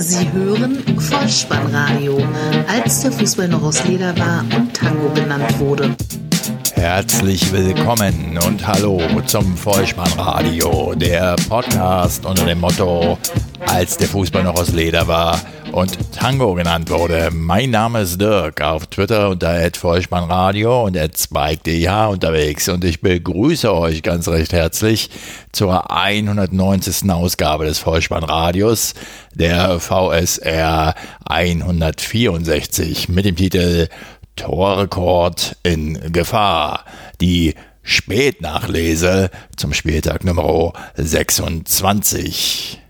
Sie hören Vollspannradio, als der Fußball noch aus Leder war und Tango genannt wurde. Herzlich willkommen und hallo zum Vollspannradio, der Podcast unter dem Motto, als der Fußball noch aus Leder war und Tango genannt wurde. Mein Name ist Dirk, auf Twitter unter @Vollspannradio und @spike.dh unterwegs und ich begrüße euch ganz recht herzlich zur 190. Ausgabe des Vollspannradios, der VSR 164 mit dem Titel Torrekord in Gefahr. Die Spätnachlese zum Spieltag Nummer 26.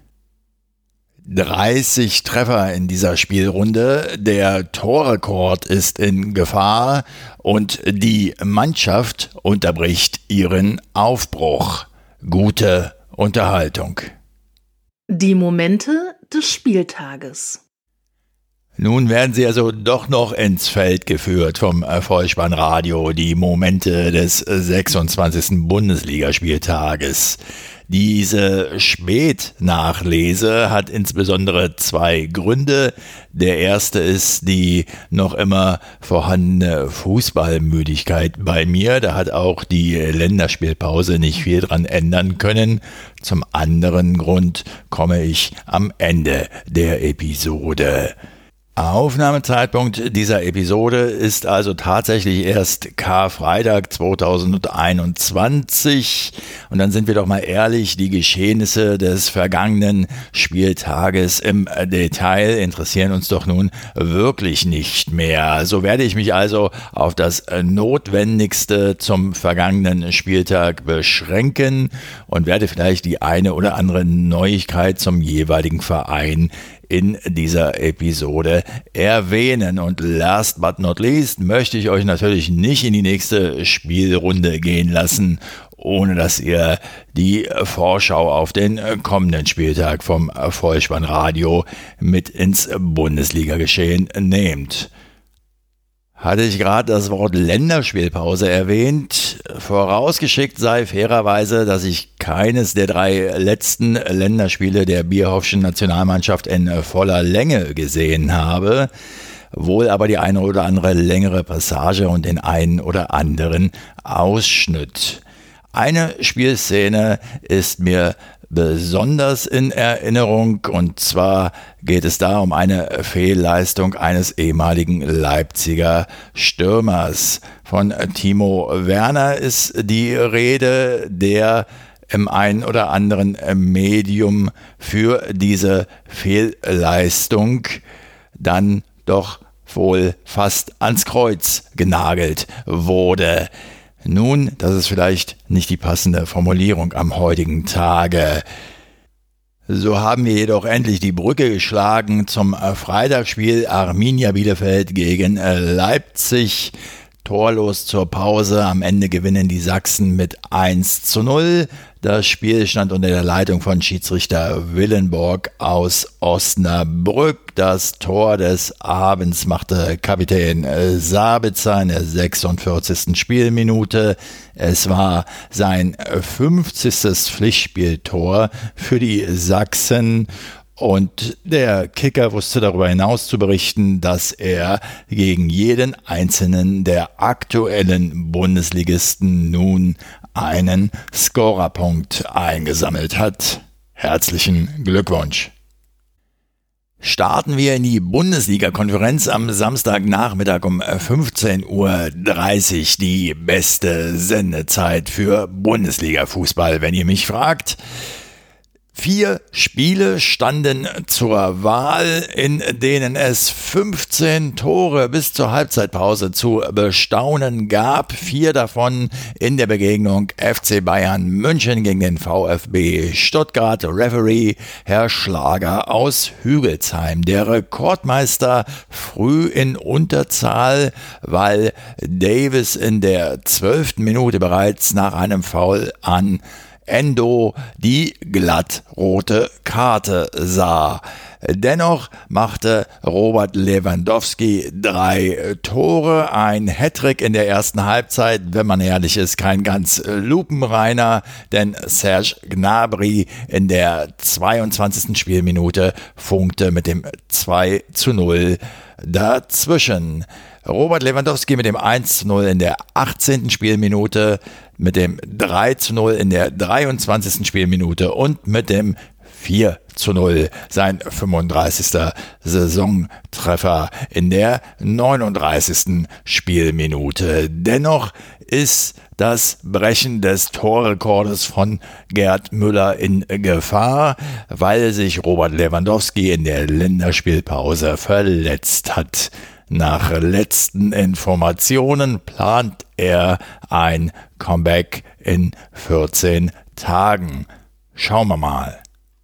30 Treffer in dieser Spielrunde, der Torrekord ist in Gefahr und die Mannschaft unterbricht ihren Aufbruch. Gute Unterhaltung. Die Momente des Spieltages. Nun werden sie also doch noch ins Feld geführt vom Vollspannradio, die Momente des 26. Bundesligaspieltages. Diese Spätnachlese hat insbesondere zwei Gründe. Der erste ist die noch immer vorhandene Fußballmüdigkeit bei mir. Da hat auch die Länderspielpause nicht viel dran ändern können. Zum anderen Grund komme ich am Ende der Episode. Aufnahmezeitpunkt dieser Episode ist also tatsächlich erst Karfreitag 2021 und dann sind wir doch mal ehrlich, die Geschehnisse des vergangenen Spieltages im Detail interessieren uns doch nun wirklich nicht mehr. So werde ich mich also auf das Notwendigste zum vergangenen Spieltag beschränken und werde vielleicht die eine oder andere Neuigkeit zum jeweiligen Verein in dieser Episode erwähnen. Und last but not least möchte ich euch natürlich nicht in die nächste Spielrunde gehen lassen, ohne dass ihr die Vorschau auf den kommenden Spieltag vom Vollspannradio mit ins Bundesliga-Geschehen nehmt. Hatte ich gerade das Wort Länderspielpause erwähnt. Vorausgeschickt sei fairerweise, dass ich keines der 3 letzten Länderspiele der Bierhoffschen Nationalmannschaft in voller Länge gesehen habe, wohl aber die eine oder andere längere Passage und den einen oder anderen Ausschnitt. Eine Spielszene ist mir besonders in Erinnerung und zwar geht es da um eine Fehlleistung eines ehemaligen Leipziger Stürmers. Von Timo Werner ist die Rede, der im einen oder anderen Medium für diese Fehlleistung dann doch wohl fast ans Kreuz genagelt wurde. Nun, das ist vielleicht nicht die passende Formulierung am heutigen Tage. So haben wir jedoch endlich die Brücke geschlagen zum Freitagsspiel Arminia Bielefeld gegen Leipzig. Torlos zur Pause, am Ende gewinnen die Sachsen mit 1:0. Das Spiel stand unter der Leitung von Schiedsrichter Willenborg aus Osnabrück. Das Tor des Abends machte Kapitän Sabitzer in der 46. Spielminute. Es war sein 50. Pflichtspieltor für die Sachsen. Und der Kicker wusste darüber hinaus zu berichten, dass er gegen jeden einzelnen der aktuellen Bundesligisten nun einen Scorerpunkt eingesammelt hat. Herzlichen Glückwunsch! Starten wir in die Bundesliga-Konferenz am Samstagnachmittag um 15:30 Uhr. Die beste Sendezeit für Bundesliga-Fußball, wenn ihr mich fragt. 4 Spiele standen zur Wahl, in denen es 15 Tore bis zur Halbzeitpause zu bestaunen gab. 4 davon in der Begegnung FC Bayern München gegen den VfB Stuttgart. Referee Herr Schlager aus Hügelsheim. Der Rekordmeister früh in Unterzahl, weil Davis in der 12. Minute bereits nach einem Foul an Endo die glattrote Karte sah. Dennoch machte Robert Lewandowski 3 Tore, ein Hattrick in der ersten Halbzeit, wenn man ehrlich ist, kein ganz lupenreiner, denn Serge Gnabry in der 22. Spielminute funkte mit dem 2:0 dazwischen. Robert Lewandowski mit dem 1:0 in der 18. Spielminute, mit dem 3:0 in der 23. Spielminute und mit dem 4:0, sein 35. Saisontreffer in der 39. Spielminute. Dennoch ist das Brechen des Torrekordes von Gerd Müller in Gefahr, weil sich Robert Lewandowski in der Länderspielpause verletzt hat. Nach letzten Informationen plant er ein Comeback in 14 Tagen. Schauen wir mal.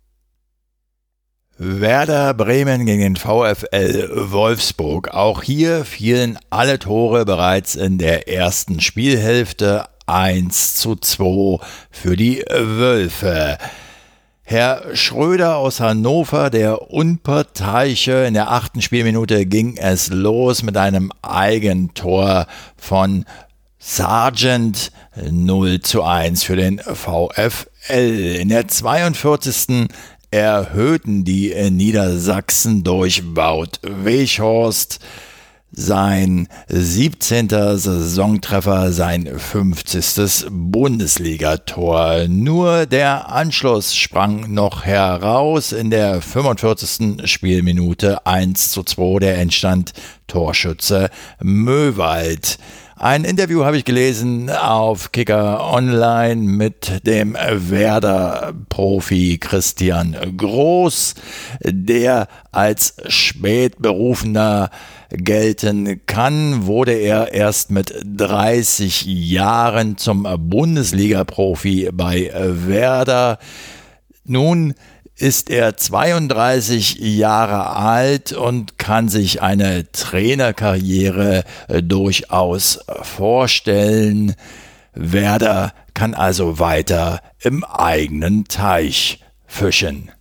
Werder Bremen gegen den VfL Wolfsburg. Auch hier fielen alle Tore bereits in der ersten Spielhälfte. 1:2 für die Wölfe. Herr Schröder aus Hannover, der Unparteiische, in der 8. Spielminute ging es los mit einem Eigentor von Sargent, 0:1 für den VfL. In der 42. erhöhten die Niedersachsen durch Wout Weghorst sein 17. Saisontreffer, sein 50. Bundesligator. Nur der Anschluss sprang noch heraus in der 45. Spielminute, 1:2 der Endstand, Torschütze Möwald. Ein Interview habe ich gelesen auf Kicker Online mit dem Werder-Profi Christian Groß, der als Spätberufener gelten kann, wurde er erst mit 30 Jahren zum Bundesliga-Profi bei Werder. Nun ist er 32 Jahre alt und kann sich eine Trainerkarriere durchaus vorstellen. Werder kann also weiter im eigenen Teich fischen.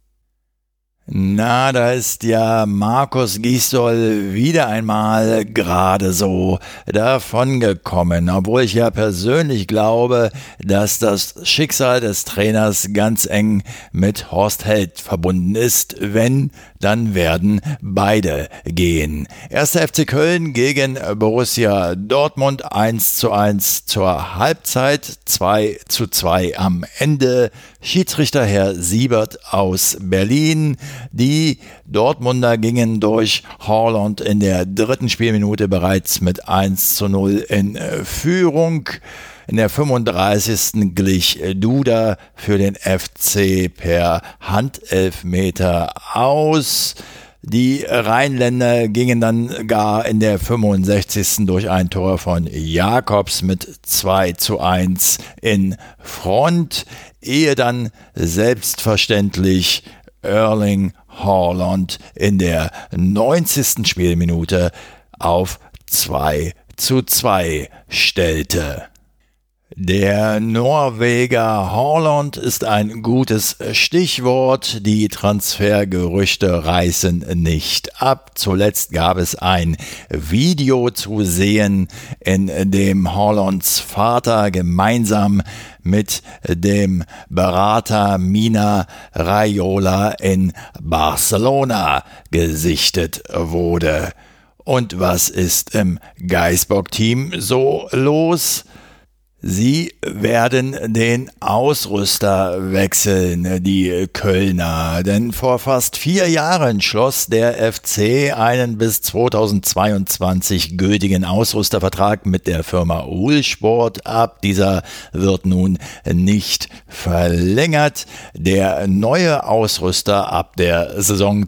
Na, da ist ja Markus Gisdol wieder einmal gerade so davongekommen, obwohl ich ja persönlich glaube, dass das Schicksal des Trainers ganz eng mit Horst Held verbunden ist. Wenn, dann werden beide gehen. 1. FC Köln gegen Borussia Dortmund, 1:1 zur Halbzeit, 2:2 am Ende. Schiedsrichter Herr Siebert aus Berlin. Die Dortmunder gingen durch Haaland in der 3. Spielminute bereits mit 1:0 in Führung. In der 35. glich Duda für den FC per Handelfmeter aus. Die Rheinländer gingen dann gar in der 65. durch ein Tor von Jakobs mit 2:1 in Front, ehe dann selbstverständlich Erling Haaland in der 90. Spielminute auf 2:2 stellte. Der Norweger Haaland ist ein gutes Stichwort. Die Transfergerüchte reißen nicht ab. Zuletzt gab es ein Video zu sehen, in dem Haalands Vater gemeinsam mit dem Berater Mina Raiola in Barcelona gesichtet wurde. Und was ist im Gaisbock-Team so los? Sie werden den Ausrüster wechseln, die Kölner, denn vor fast 4 Jahren schloss der FC einen bis 2022 gültigen Ausrüstervertrag mit der Firma Uhlsport ab. Dieser wird nun nicht verlängert. Der neue Ausrüster ab der Saison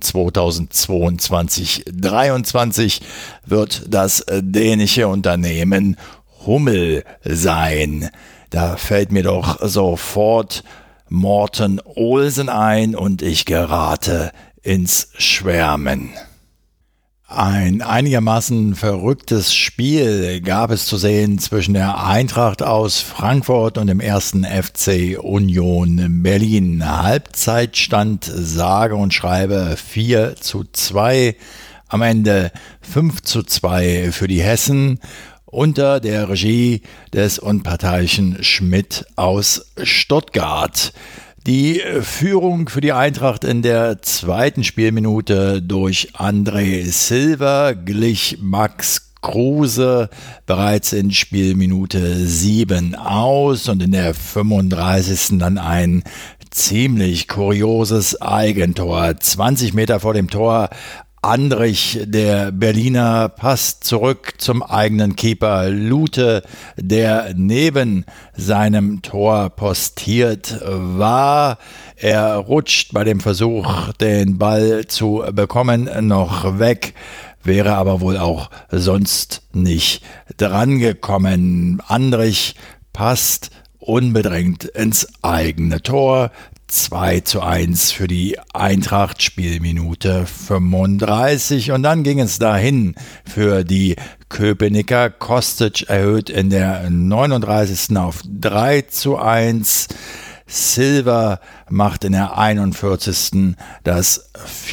2022/23 wird das dänische Unternehmen Hummel sein. Da fällt mir doch sofort Morten Olsen ein und ich gerate ins Schwärmen. Ein einigermaßen verrücktes Spiel gab es zu sehen zwischen der Eintracht aus Frankfurt und dem 1. FC Union Berlin. Halbzeitstand sage und schreibe 4:2, am Ende 5:2 für die Hessen unter der Regie des unparteiischen Schmidt aus Stuttgart. Die Führung für die Eintracht in der zweiten Spielminute durch André Silva glich Max Kruse bereits in Spielminute 7 aus und in der 35. dann ein ziemlich kurioses Eigentor. 20 Meter vor dem Tor Andrich, der Berliner, passt zurück zum eigenen Keeper Lute, der neben seinem Tor postiert war. Er rutscht bei dem Versuch, den Ball zu bekommen, noch weg, wäre aber wohl auch sonst nicht drangekommen. Andrich passt unbedrängt ins eigene Tor. 2:1 für die Eintracht, Spielminute 35. Und dann ging es dahin für die Köpenicker. Kostic erhöht in der 39. auf 3:1. Silva macht in der 41. das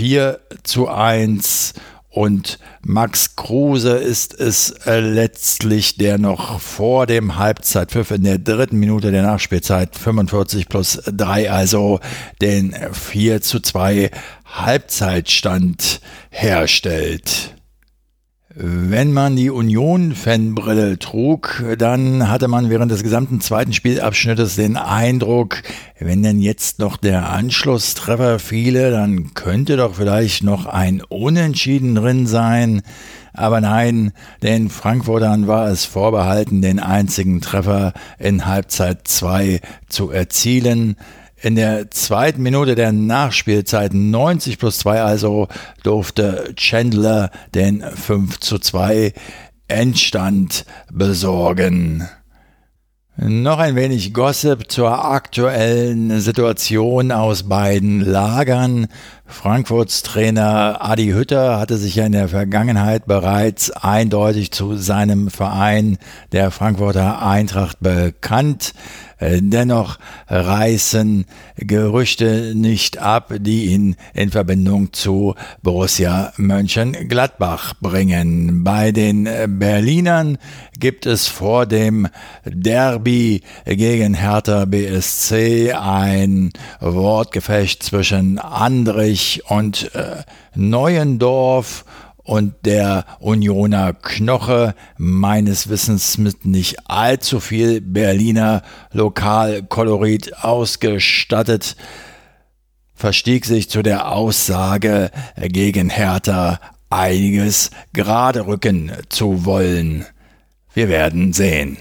4:1. Und Max Kruse ist es letztlich, der noch vor dem Halbzeitpfiff in der 3. Minute der Nachspielzeit 45+3, also den 4:2 Halbzeitstand herstellt. Wenn man die Union-Fanbrille trug, dann hatte man während des gesamten zweiten Spielabschnittes den Eindruck, wenn denn jetzt noch der Anschlusstreffer fiele, dann könnte doch vielleicht noch ein Unentschieden drin sein. Aber nein, den Frankfurtern war es vorbehalten, den einzigen Treffer in Halbzeit 2 zu erzielen. In der zweiten Minute der Nachspielzeit, 90+2 also, durfte Chandler den 5:2 Endstand besorgen. Noch ein wenig Gossip zur aktuellen Situation aus beiden Lagern. Frankfurts Trainer Adi Hütter hatte sich ja in der Vergangenheit bereits eindeutig zu seinem Verein, der Frankfurter Eintracht, bekannt. Dennoch reißen Gerüchte nicht ab, die ihn in Verbindung zu Borussia Mönchengladbach bringen. Bei den Berlinern gibt es vor dem Derby gegen Hertha BSC ein Wortgefecht zwischen Andrich und Neuendorf und der Unioner Knoche, meines Wissens mit nicht allzu viel Berliner Lokalkolorit ausgestattet, verstieg sich zu der Aussage, gegen Hertha einiges gerade rücken zu wollen. Wir werden sehen.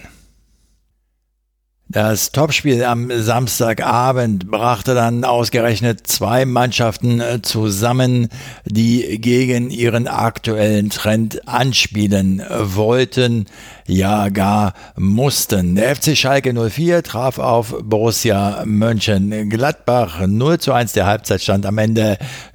Das Topspiel am Samstagabend brachte dann ausgerechnet zwei Mannschaften zusammen, die gegen ihren aktuellen Trend anspielen wollten, ja gar mussten. Der FC Schalke 04 traf auf Borussia Mönchengladbach. 0:1 der Halbzeitstand, am Ende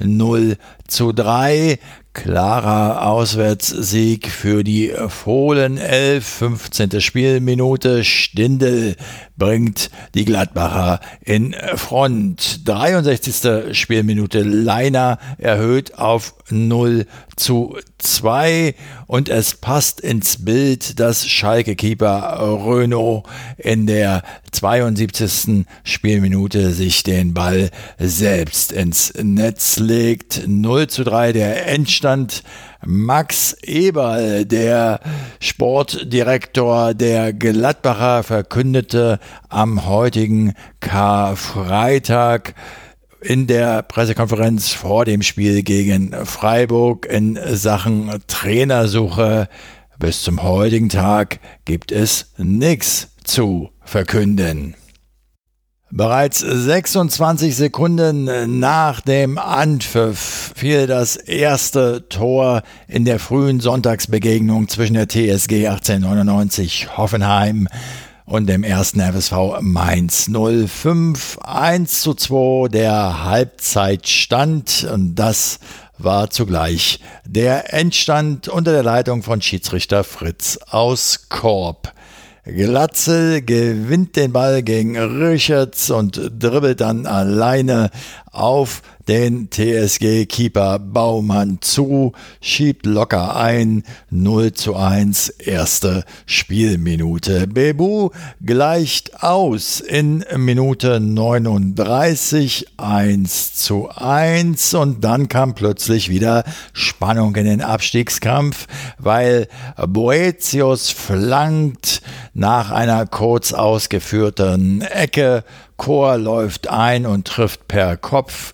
0:3. Klarer Auswärtssieg für die Fohlen-Elf, 15. Spielminute. Stindl bringt die Gladbacher in Front. 63. Spielminute. Leiner erhöht auf 0:2 und es passt ins Bild, dass Schalke-Keeper Renaud in der 72. Spielminute sich den Ball selbst ins Netz legt. 0:3 der Endstand. Max Eberl, der Sportdirektor der Gladbacher, verkündete am heutigen Karfreitag in der Pressekonferenz vor dem Spiel gegen Freiburg in Sachen Trainersuche: Bis zum heutigen Tag gibt es nichts zu verkünden. Bereits 26 Sekunden nach dem Anpfiff fiel das erste Tor in der frühen Sonntagsbegegnung zwischen der TSG 1899 Hoffenheim und dem 1. FSV Mainz 05. 1:2 der Halbzeitstand, und das war zugleich der Endstand unter der Leitung von Schiedsrichter Fritz aus Korb. Glatzel gewinnt den Ball gegen Richards und dribbelt dann alleine auf den TSG-Keeper Baumann zu, schiebt locker ein, 0:1, erste Spielminute. Bebu gleicht aus in Minute 39, 1:1 und dann kam plötzlich wieder Spannung in den Abstiegskampf, weil Boetius flankt nach einer kurz ausgeführten Ecke, Chor läuft ein und trifft per Kopf,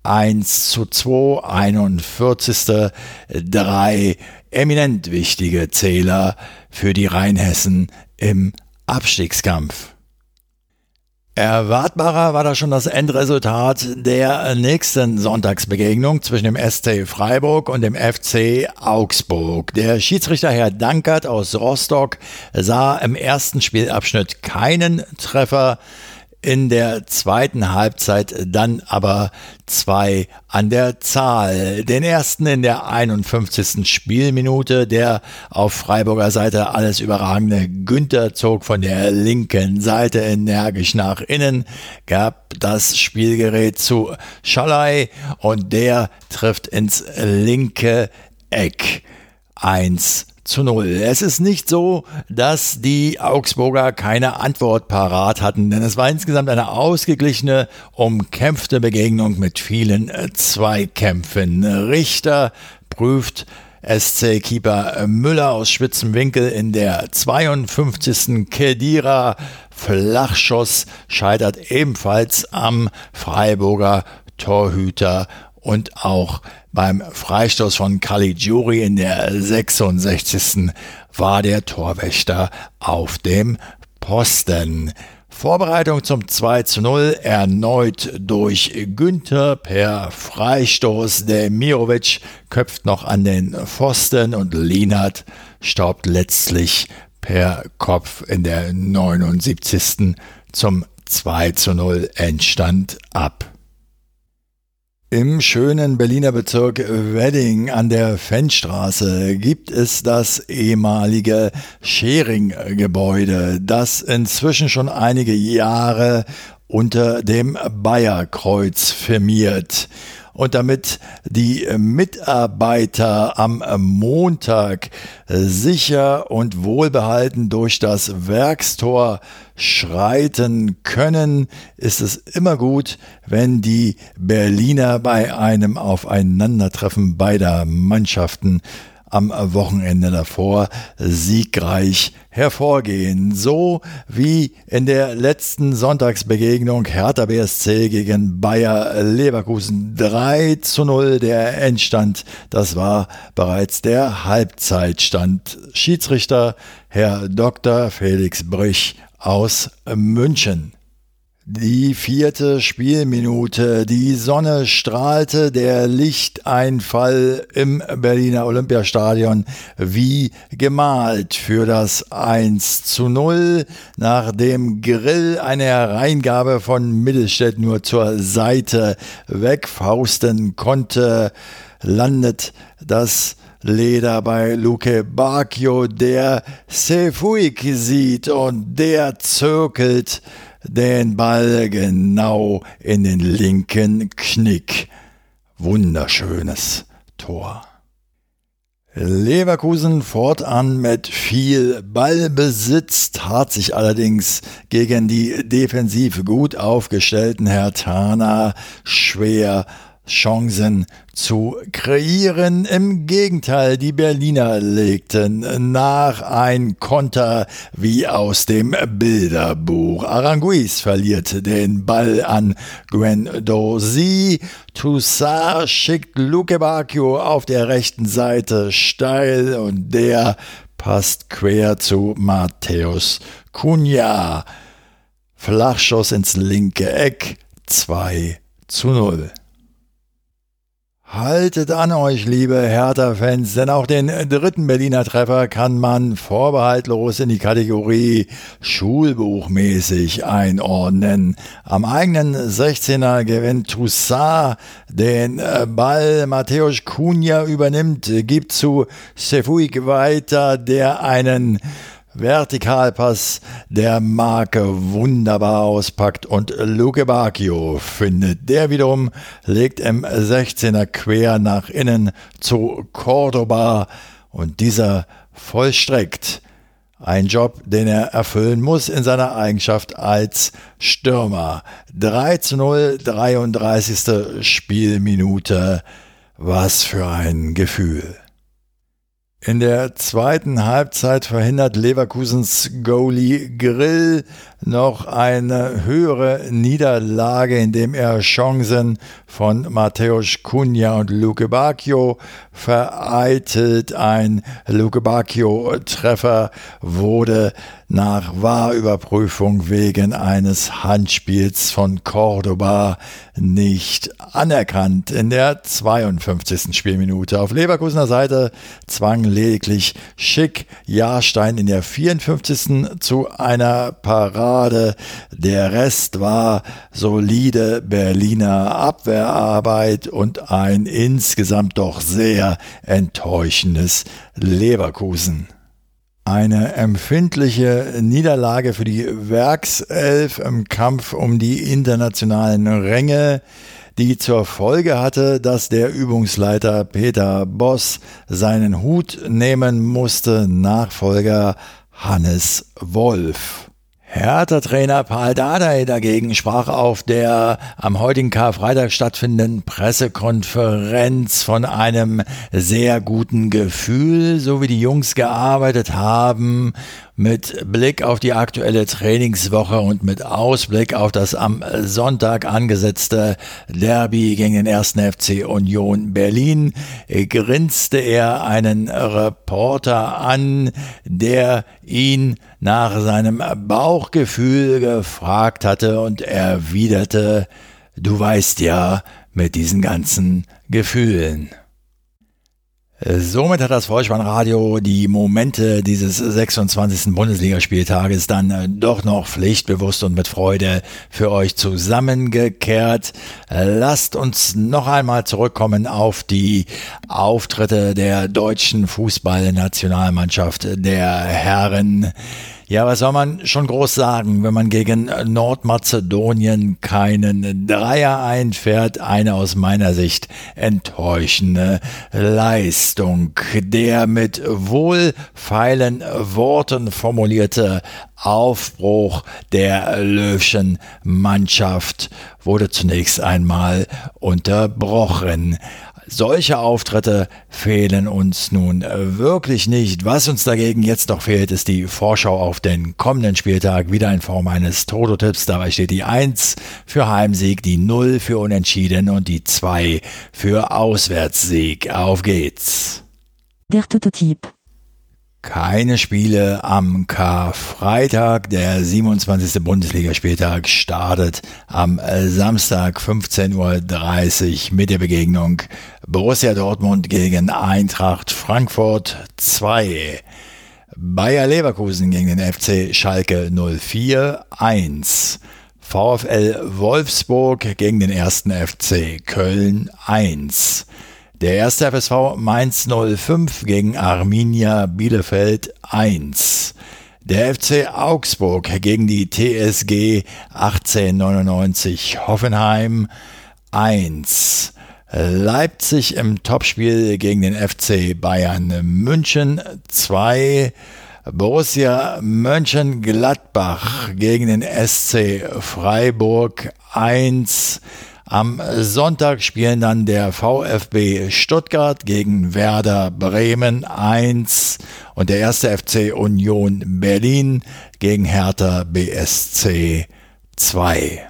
1:2, 41. 3 eminent wichtige Zähler für die Rheinhessen im Abstiegskampf. Erwartbarer war da schon das Endresultat der nächsten Sonntagsbegegnung zwischen dem SC Freiburg und dem FC Augsburg. Der Schiedsrichter Herr Dankert aus Rostock sah im ersten Spielabschnitt keinen Treffer, in der zweiten Halbzeit dann aber 2 an der Zahl. Den ersten in der 51. Spielminute, der auf Freiburger Seite alles überragende Günther zog von der linken Seite energisch nach innen, gab das Spielgerät zu Schalay und der trifft ins linke Eck. 1:0. Es ist nicht so, dass die Augsburger keine Antwort parat hatten, denn es war insgesamt eine ausgeglichene, umkämpfte Begegnung mit vielen Zweikämpfen. Richter prüft SC-Keeper Müller aus spitzem Winkel in der 52. Kedira. Flachschuss scheitert ebenfalls am Freiburger Torhüter. Und auch beim Freistoß von Caligiuri in der 66. war der Torwächter auf dem Posten. Vorbereitung zum 2:0 erneut durch Günther per Freistoß. Demirovic köpft noch an den Pfosten und Lienert staubt letztlich per Kopf in der 79. zum 2:0 Endstand ab. Im schönen Berliner Bezirk Wedding an der Fennstraße gibt es das ehemalige Schering-Gebäude, das inzwischen schon einige Jahre unter dem Bayer-Kreuz firmiert. Und damit die Mitarbeiter am Montag sicher und wohlbehalten durch das Werkstor schreiten können, ist es immer gut, wenn die Berliner bei einem Aufeinandertreffen beider Mannschaften am Wochenende davor siegreich hervorgehen. So wie in der letzten Sonntagsbegegnung Hertha BSC gegen Bayer Leverkusen 3:0 der Endstand. Das war bereits der Halbzeitstand. Schiedsrichter Herr Dr. Felix Brüch aus München. Die 4. Spielminute, die Sonne strahlte, der Lichteinfall im Berliner Olympiastadion wie gemalt für das 1:0. Nach dem Grill eine Hereingabe von Mittelstädt nur zur Seite wegfausten konnte, landet das Leder bei Luke Bacchio, der Sefuig sieht und der zirkelt den Ball genau in den linken Knick. Wunderschönes Tor. Leverkusen fortan mit viel Ballbesitz, tat sich allerdings gegen die defensiv gut aufgestellten Herthaner schwer, Chancen zu kreieren. Im Gegenteil, die Berliner legten nach, ein Konter wie aus dem Bilderbuch. Aranguiz verliert den Ball an Guendouzi. Toussaint schickt Luke Bacchio auf der rechten Seite steil und der passt quer zu Matthäus Cunha. Flachschuss ins linke Eck, 2:0. Haltet an euch, liebe Hertha-Fans, denn auch den dritten Berliner Treffer kann man vorbehaltlos in die Kategorie schulbuchmäßig einordnen. Am eigenen 16er gewinnt Toussaint den Ball, Mateusz Cunha übernimmt, gibt zu Cefuig weiter, der einen Vertikalpass der Marke wunderbar auspackt und Luke Bacchio findet. Der wiederum legt im 16er quer nach innen zu Cordoba und dieser vollstreckt einen Job, den er erfüllen muss in seiner Eigenschaft als Stürmer. 3:0, 33. Spielminute. Was für ein Gefühl. In der zweiten Halbzeit verhindert Leverkusens Goalie Grill noch eine höhere Niederlage, indem er Chancen von Mateusz Cunha und Luke Bacchio vereitelt. Ein Luke Bacchio-Treffer wurde nach Wahrüberprüfung wegen eines Handspiels von Cordoba nicht anerkannt. In der 52. Spielminute auf Leverkusener Seite zwang lediglich Schick Jahrstein in der 54. zu einer Parade. Der Rest war solide Berliner Abwehrarbeit und ein insgesamt doch sehr enttäuschendes Leverkusen. Eine empfindliche Niederlage für die Werkself im Kampf um die internationalen Ränge, die zur Folge hatte, dass der Übungsleiter Peter Bosz seinen Hut nehmen musste, Nachfolger Hannes Wolf. Hertha-Trainer Paul Dardai dagegen sprach auf der am heutigen Karfreitag stattfindenden Pressekonferenz von einem sehr guten Gefühl, so wie die Jungs gearbeitet haben, mit Blick auf die aktuelle Trainingswoche und mit Ausblick auf das am Sonntag angesetzte Derby gegen den 1. FC Union Berlin, grinste er einen Reporter an, der ihn nach seinem Bauchgefühl gefragt hatte und erwiderte: „Du weißt ja, mit diesen ganzen Gefühlen." Somit hat das Vollspannradio die Momente dieses 26. Bundesligaspieltages dann doch noch pflichtbewusst und mit Freude für euch zusammengekehrt. Lasst uns noch einmal zurückkommen auf die Auftritte der deutschen Fußballnationalmannschaft der Herren. Ja, was soll man schon groß sagen, wenn man gegen Nordmazedonien keinen Dreier einfährt? Eine aus meiner Sicht enttäuschende Leistung. Der mit wohlfeilen Worten formulierte Aufbruch der Löwschen Mannschaft wurde zunächst einmal unterbrochen. Solche Auftritte fehlen uns nun wirklich nicht. Was uns dagegen jetzt noch fehlt, ist die Vorschau auf den kommenden Spieltag, wieder in Form eines Toto-Tipps. Dabei steht die 1 für Heimsieg, die 0 für Unentschieden und die 2 für Auswärtssieg. Auf geht's. Der Toto-Tipp. Keine Spiele am Karfreitag. Der 27. Bundesligaspieltag startet am Samstag 15:30 Uhr mit der Begegnung Borussia Dortmund gegen Eintracht Frankfurt 2. Bayer Leverkusen gegen den FC Schalke 04 1. VfL Wolfsburg gegen den 1. FC Köln 1. Der 1. FSV Mainz 05 gegen Arminia Bielefeld 1. Der FC Augsburg gegen die TSG 1899 Hoffenheim 1. Leipzig im Topspiel gegen den FC Bayern München 2. Borussia Mönchengladbach gegen den SC Freiburg 1. Am Sonntag spielen dann der VfB Stuttgart gegen Werder Bremen 1 und der 1. FC Union Berlin gegen Hertha BSC 2.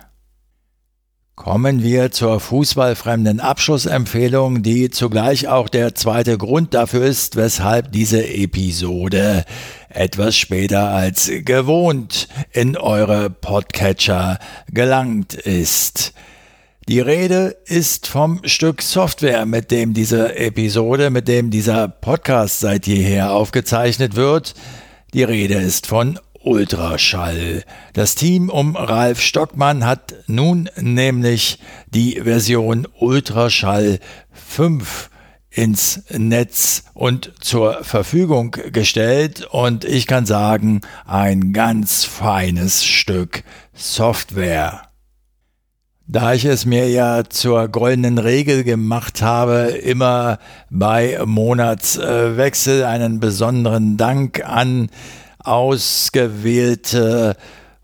Kommen wir zur fußballfremden Abschlussempfehlung, die zugleich auch der zweite Grund dafür ist, weshalb diese Episode etwas später als gewohnt in eure Podcatcher gelangt ist. Die Rede ist vom Stück Software, mit dem dieser Podcast seit jeher aufgezeichnet wird. Die Rede ist von Ultraschall. Das Team um Ralf Stockmann hat nun nämlich die Version Ultraschall 5 ins Netz und zur Verfügung gestellt, und ich kann sagen, ein ganz feines Stück Software. Da ich es mir ja zur goldenen Regel gemacht habe, immer bei Monatswechsel einen besonderen Dank an ausgewählte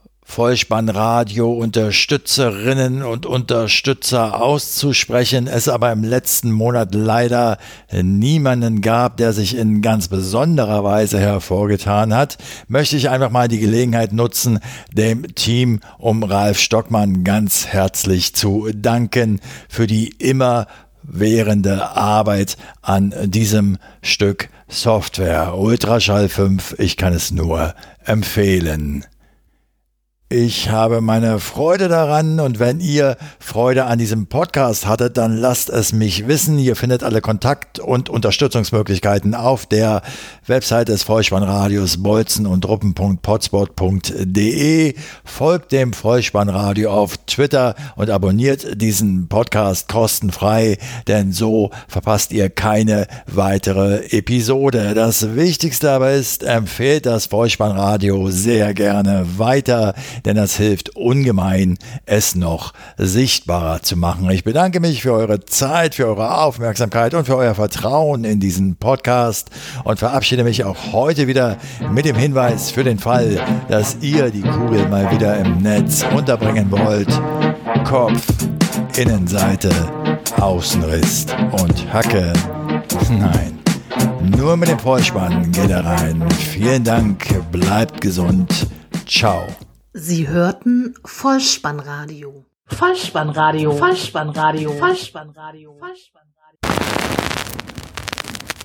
Vollspannradio-Unterstützerinnen und Unterstützer auszusprechen, es aber im letzten Monat leider niemanden gab, der sich in ganz besonderer Weise hervorgetan hat, möchte ich einfach mal die Gelegenheit nutzen, dem Team um Ralf Stockmann ganz herzlich zu danken für die immerwährende Arbeit an diesem Stück Software. Ultraschall 5, ich kann es nur empfehlen. Ich habe meine Freude daran, und wenn ihr Freude an diesem Podcast hattet, dann lasst es mich wissen. Ihr findet alle Kontakt- und Unterstützungsmöglichkeiten auf der Website des Vollspannradios bolzenundruppen.potspot.de. Folgt dem Vollspannradio auf Twitter und abonniert diesen Podcast kostenfrei, denn so verpasst ihr keine weitere Episode. Das Wichtigste aber ist, empfehlt das Vollspannradio sehr gerne weiter, denn das hilft ungemein, es noch sichtbarer zu machen. Ich bedanke mich für eure Zeit, für eure Aufmerksamkeit und für euer Vertrauen in diesen Podcast und verabschiede mich auch heute wieder mit dem Hinweis für den Fall, dass ihr die Kugel mal wieder im Netz unterbringen wollt: Kopf, Innenseite, Außenriss und Hacke. Nein, nur mit dem Vollspann geht er rein. Vielen Dank, bleibt gesund. Ciao. Sie hörten Vollspannradio. Vollspannradio. Vollspannradio. Vollspannradio. Vollspannradio.